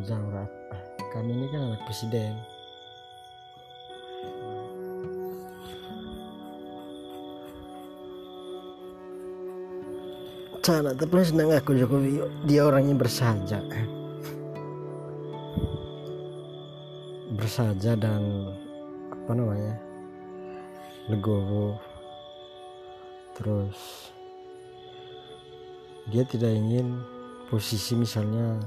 Jamrat, kami ini kan anak presiden. Sana tapi senang aku Jokowi, dia orangnya bersahaja dan legowo. Terus dia tidak ingin posisi misalnya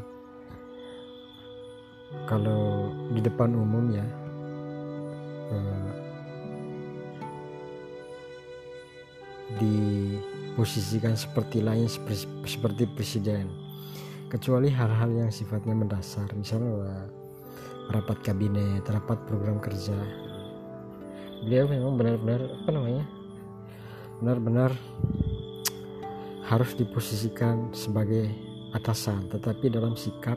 kalau di depan umum ya diposisikan seperti seperti presiden, kecuali hal-hal yang sifatnya mendasar, misalnya rapat kabinet, rapat program kerja. Beliau memang benar-benar harus diposisikan sebagai atasan, tetapi dalam sikap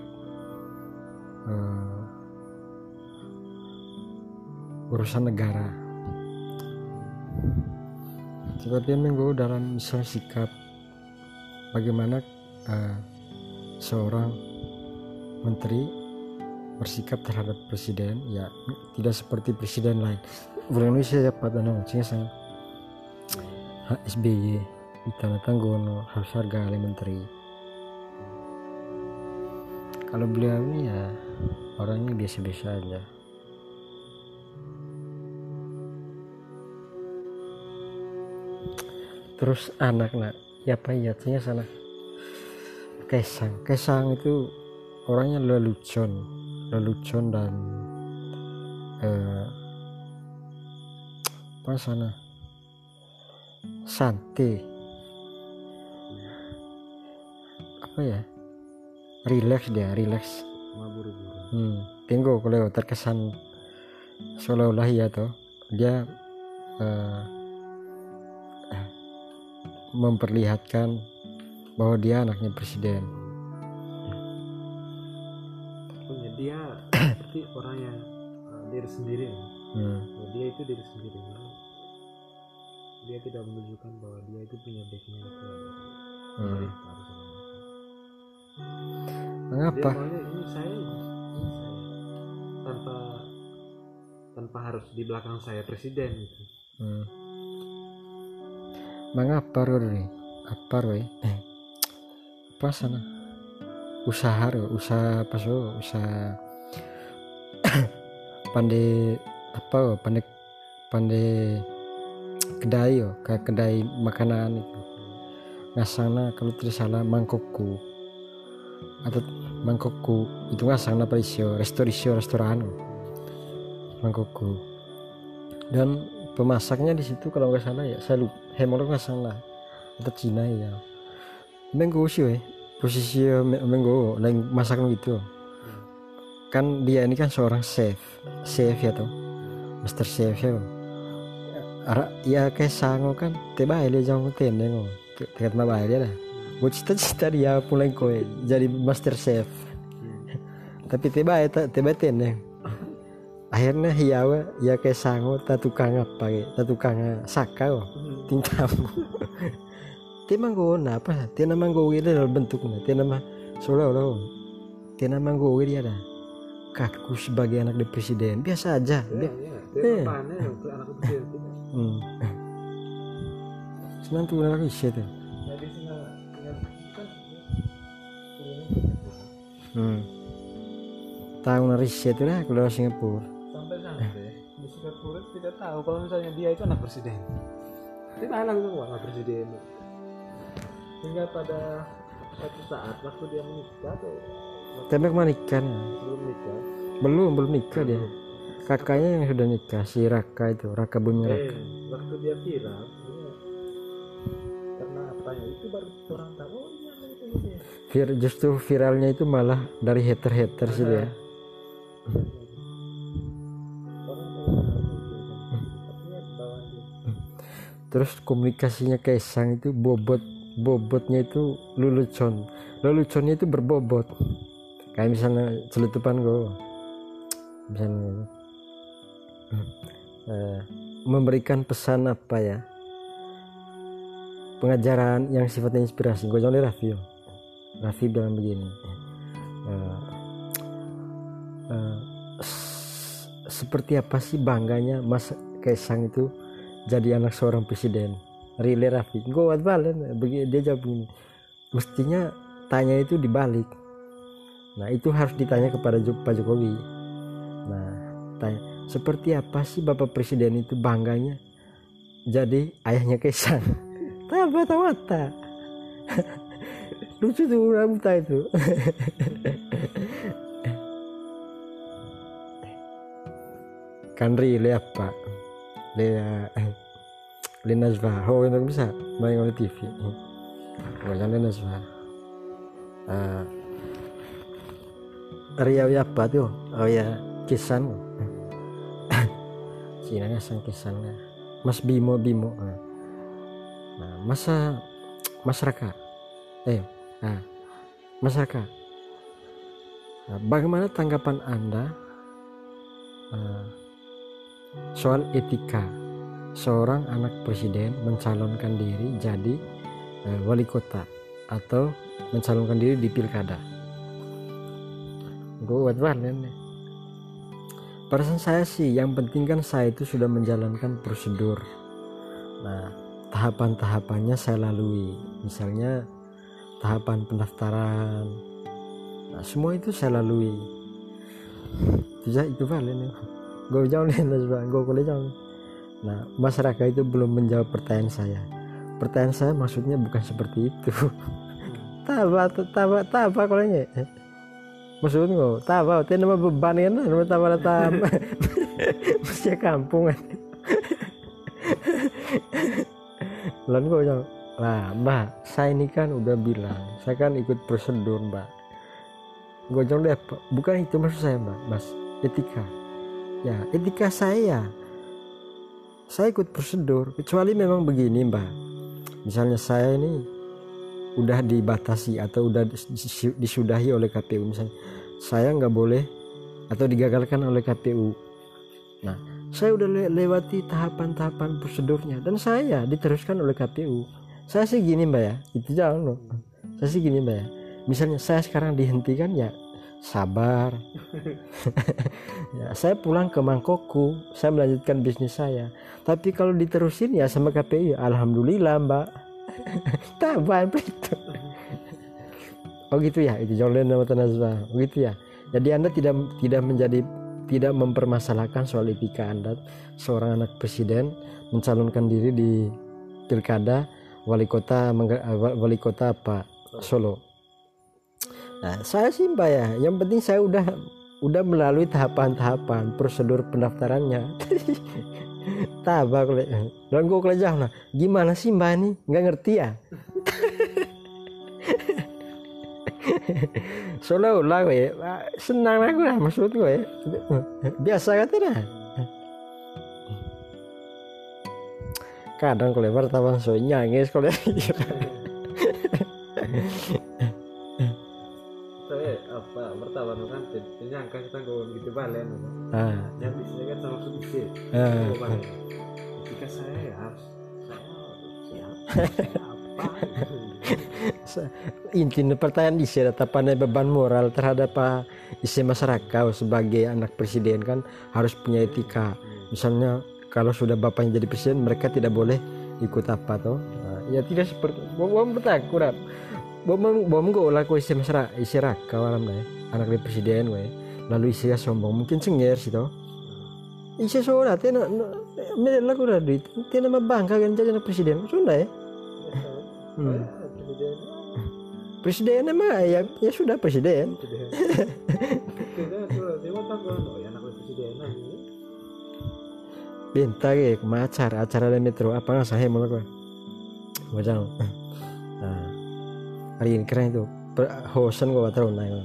urusan negara. Tetapi menggo dalam misal sikap bagaimana seorang menteri bersikap terhadap presiden, ya tidak seperti presiden lain. Bulan Indonesia ya pada sangat SBY Itana Tanggono harus harga oleh menteri. Kalau beliau ini ya orangnya biasa-biasa aja. Terus anak ya sana Kaisang itu orangnya lelucon dan santai, relax. Tengok kalau terkesan seolah-olah ya toh dia memperlihatkan bahwa dia anaknya presiden. Dia seperti orang yang diri sendiri. Dia itu diri sendiri. Dia tidak menunjukkan bahwa dia itu punya backing itu. Mengapa? Dia maunya ini saya tanpa harus di belakang saya presiden gitu. Mengapa Rory? Apa sana? Usaha pandai kedai kayak kedai makanan itu. Ngasana kalau tidak salah mangkokku itu ngasana restoran mangkokku. Dan pemasaknya di situ kalau nggak salah ya saya lupa, hemolog nggak salah atau Cina ya. Menggo sih posisi menggo lain masakan gitu. Kan dia ini kan seorang chef ya toh, master chef ya. Ya kayak sango kan teba dia jangan teneng dekat mabah dia dah. Buat cita-cita dia pulang kowe jadi master chef. Tapi teba teneng. Akhirnya ya kayak sango tukang saka tingtamu. Tema manggo apa? Tema manggo itu dalam bentuknya. Tema seolah-olah tema manggo dia ada. Kaku sebagai anak presiden biasa aja. Mana untuk anak presiden? Senang tuh anak riset tuh. Jadi Tahun riset tuh lah kalau Singapura. Sampai di Singapura tidak tahu kalau misalnya dia itu anak presiden. Dia anak presiden. Hingga pada suatu saat waktu dia menikah tuh. Tembak menikah. Belum nikah dia. Kakaknya yang sudah nikah, si Raka Bumi Raka. Waktu dia viral, karena apa ya itu baru orang tahu. Justru viralnya itu malah dari hater sih dia. Terus komunikasinya Kaisang itu bobotnya itu leluconnya itu berbobot. Kayak misalnya celutupan gue misalnya memberikan pesan pengajaran yang sifatnya inspirasi. Gue jangan Raffi bilang begini, seperti apa sih bangganya Mas Kaisang itu jadi anak seorang presiden? Rile Raffi, gue buat balen, dia jawab begini, mestinya tanya itu dibalik. Nah itu harus ditanya kepada Pak Jokowi. Nah tanya, seperti apa sih Bapak Presiden itu bangganya jadi ayahnya Kaisang? Tawa-tawa. Lucu tuh buta itu. Kan Rile apa? Le Najwa, oh itu bisa main oleh TV. Bukan Le Najwa. Riau apa tuh? Oh ya, Kisan. Cina sang Kisan. Mas Bimo. Nah, masyarakat. Masyarakat. Nah, bagaimana tanggapan Anda soal etika seorang anak presiden mencalonkan diri jadi wali kota atau mencalonkan diri di pilkada? Gue buat nih. Perasaan saya sih yang penting kan saya itu sudah menjalankan prosedur. Nah tahapan-tahapannya saya lalui, misalnya tahapan pendaftaran. Nah semua itu saya lalui. Itu nih. Gue jauh nih, gue boleh jauh. Nah masyarakat itu belum menjawab pertanyaan saya. Pertanyaan saya maksudnya bukan seperti itu. Taba kalau ini maksudnya taba itu nama beban kan, nama taba mesti kampung kan. Lalu gue jawab, lah mbak saya ini kan udah bilang saya kan ikut prosedur mbak. Gue jawab deh, bukan itu maksud saya mbak, mas, etika. Ya etika saya ikut prosedur, kecuali memang begini mbak, misalnya saya ini udah dibatasi atau udah disudahi oleh KPU, misalnya saya nggak boleh atau digagalkan oleh KPU. Nah saya udah lewati tahapan-tahapan prosedurnya dan saya diteruskan oleh KPU. Saya sih gini mbak ya, itu jangan loh. Saya sih gini mbak ya, misalnya saya sekarang dihentikan ya sabar. Ya, saya pulang ke Mangkokku, saya melanjutkan bisnis saya. Tapi kalau diterusin ya sama KPU, alhamdulillah mbak. Taban itu. Oh gitu ya, itu Jordan nama Tanazwa. Oh gitu ya. Jadi Anda tidak mempermasalahkan soal etika Anda seorang anak presiden mencalonkan diri di pilkada wali kota apa Solo. Nah, saya sih mbak ya, yang penting saya udah melalui tahapan-tahapan prosedur pendaftarannya. Tabak dan gue kelejah lah. Gimana sih mbak ini? Nggak ngerti ya? Soalnya ulah gue senang aku lah maksud gue. Biasa katanya. Kadang kalau wartawan so nyangis kalau wartawan kan penyangka kita gue gitu balen. Yang bisa kan sama sedikit. Jika saya harus intinya pertanyaan isi tatapannya beban moral terhadap isi masyarakat sebagai anak presiden kan harus punya etika. Misalnya kalau sudah bapaknya jadi presiden mereka tidak boleh ikut apa toh. Ya tidak seperti bom bertakut. Bom gue laku isi masyarakat isi raka malam deh anak dari presiden gue lalu isi sombong mungkin cengar sih toh. Isi soalnya tiada laku dah duit tiada nama bangga kan jadi anak presiden sudah ya. Presiden mah ya sudah presiden. Bintang ya acara di metro apa nggak sah mau gue macam hari ini keren itu hosan gue tahu nanya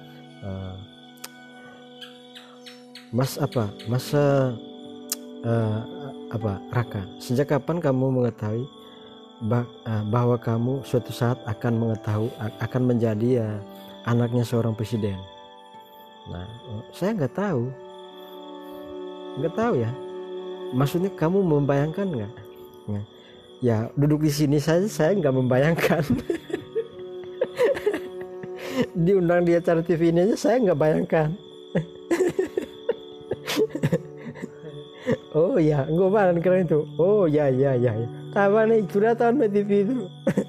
mas Raka, sejak kapan kamu mengetahui bahwa kamu suatu saat akan menjadi anaknya seorang presiden? Nah, saya nggak tahu ya. Maksudnya kamu membayangkan nggak? Ya duduk di sini saja saya nggak membayangkan. Diundang di acara TV ini aja saya nggak bayangkan. Oh ya, gue balan keren itu. Oh ya. Taman itu dah tahun TV itu.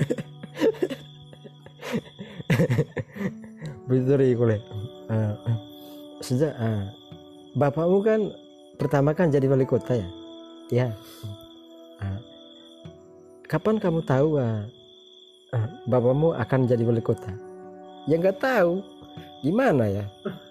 Betul ya kule. Sejak bapakmu kan pertama kan jadi wali kota ya. Ya. Kapan kamu tahu bapakmu akan jadi wali kota? Ya nggak tahu. Gimana ya?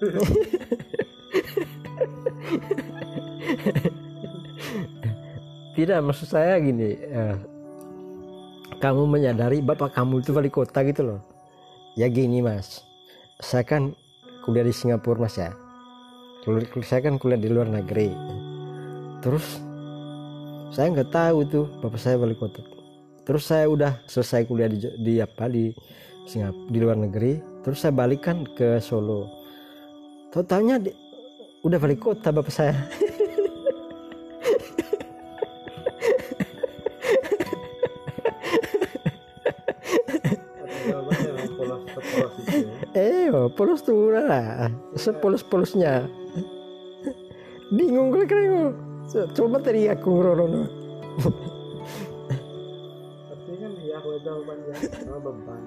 Tidak, maksud saya gini, kamu menyadari bapak kamu itu wali kota gitu loh. Ya gini mas, saya kan kuliah di Singapura mas ya. Saya kan kuliah di luar negeri. Terus saya nggak tahu tuh bapak saya wali kota. Terus saya udah selesai kuliah di Singapura, di luar negeri. Terus saya balikan ke Solo. Tahu-taunya udah wali kota bapak saya. Polos tuh lah, sepolos-polosnya. Bingung kira-kira. Coba tadi aku ngorono. Tapi kan ya aku jawabannya beban.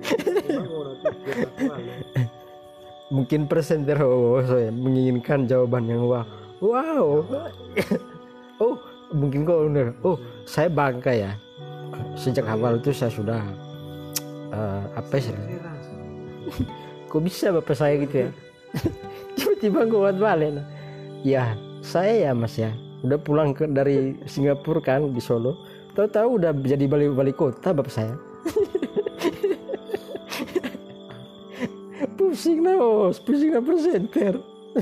Mungkin presenter saya menginginkan jawaban yang wow. Oh, mungkin kok bener. Oh, saya bangga ya. Sejak awal itu saya sudah apa sih? Kok bisa bapak saya gitu ya? Tiba-tiba kuat balik. Ya, saya ya mas ya. Udah pulang dari Singapura kan di Solo. Tahu-tahu udah jadi wali kota bapak saya. Pusing na presenter.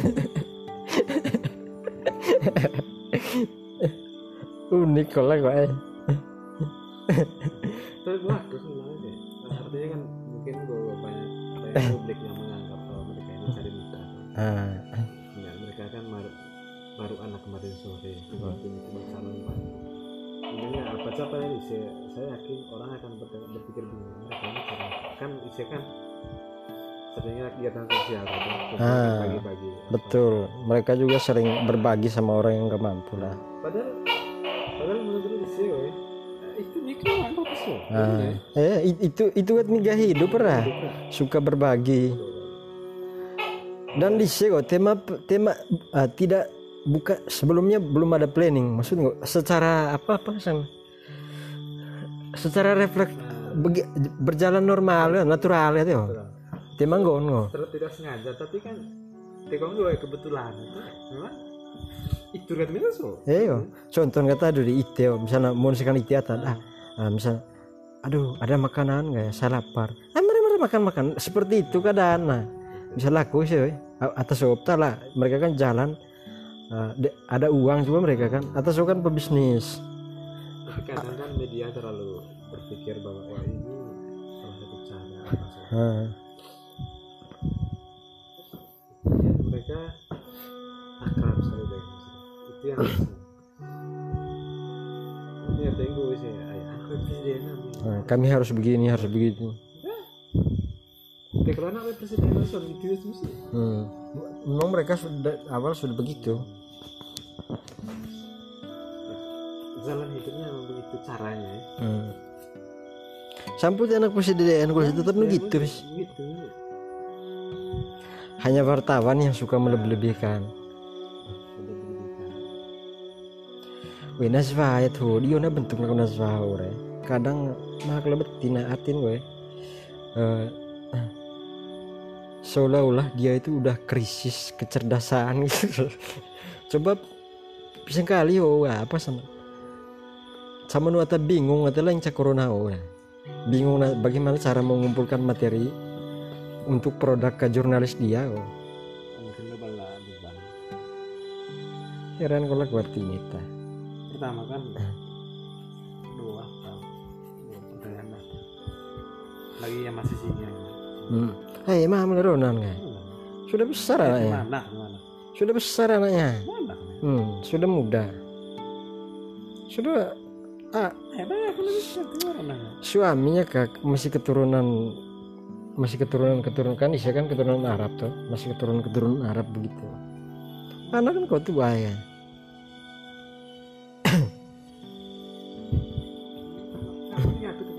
Unik kalau kok Terus bagus sebenarnya deh. Artinya kan mungkin banyak publik yang menganggap kalau mereka ini cari muka. Enggak, mereka kan baru anak kemarin sore. Waktu itu calon pak. Intinya apa capanya ini? Saya yakin orang akan berpikir begini. Mereka ini cara kan isi kan seringnya kegiatan sosial kan. Pagi-pagi. Betul. Mereka juga sering berbagi sama orang yang gak mampu lah. Padahal menurut isi itu nikah apa sih? Itu kan niga hidup pernah suka berbagi. Dan di sini tema tidak buka sebelumnya belum ada planning, maksudnya secara apa san secara refleks berjalan normal natural ya tuh. Tema ngono. Tidak sengaja tapi kan tekong juga kebetulan itu memang itu kan so. Contoh kata dari itu misalnya mau sekali itu misal aduh ada makanan nggak ya saya lapar mari makan seperti itu kadang misal aku sih atas opta lah mereka kan jalan ada uang juga mereka kan atas kan pebisnis. Kadang kan media terlalu berpikir bahwa wah ini salah satu cara mereka akrab sekali dengan itu yang ini ya tunggu sih aku presiden kami harus begini harus begitu. Kalau anak presiden langsung itu sih. Memang mereka awal sudah begitu. Jalan hidupnya begitu caranya. Sampai anak presiden kalau tetap begitu. Hanya wartawan yang suka melebih-lebihkan. Wih naswa ya tuh dia na bentuk nak naswa ore. Kadang mak lebet tinaatin gue. Seolah-olah dia itu udah krisis kecerdasan gitu. Coba bisa kali apa sama nuata bingung atau lain cak corona bingung bagaimana cara mengumpulkan materi untuk produk ke jurnalis dia mungkin beban heran kalau kuarti nita pertama kan dua pertanyaan lagi yang masih sini mah meleronan kan sudah besar anaknya sudah besar anaknya sudah muda sudah suaminya masih keturunan kan Isya kan keturunan Arab tuh masih keturunan Arab begitu anak kan kau tuh bahaya Lihat itu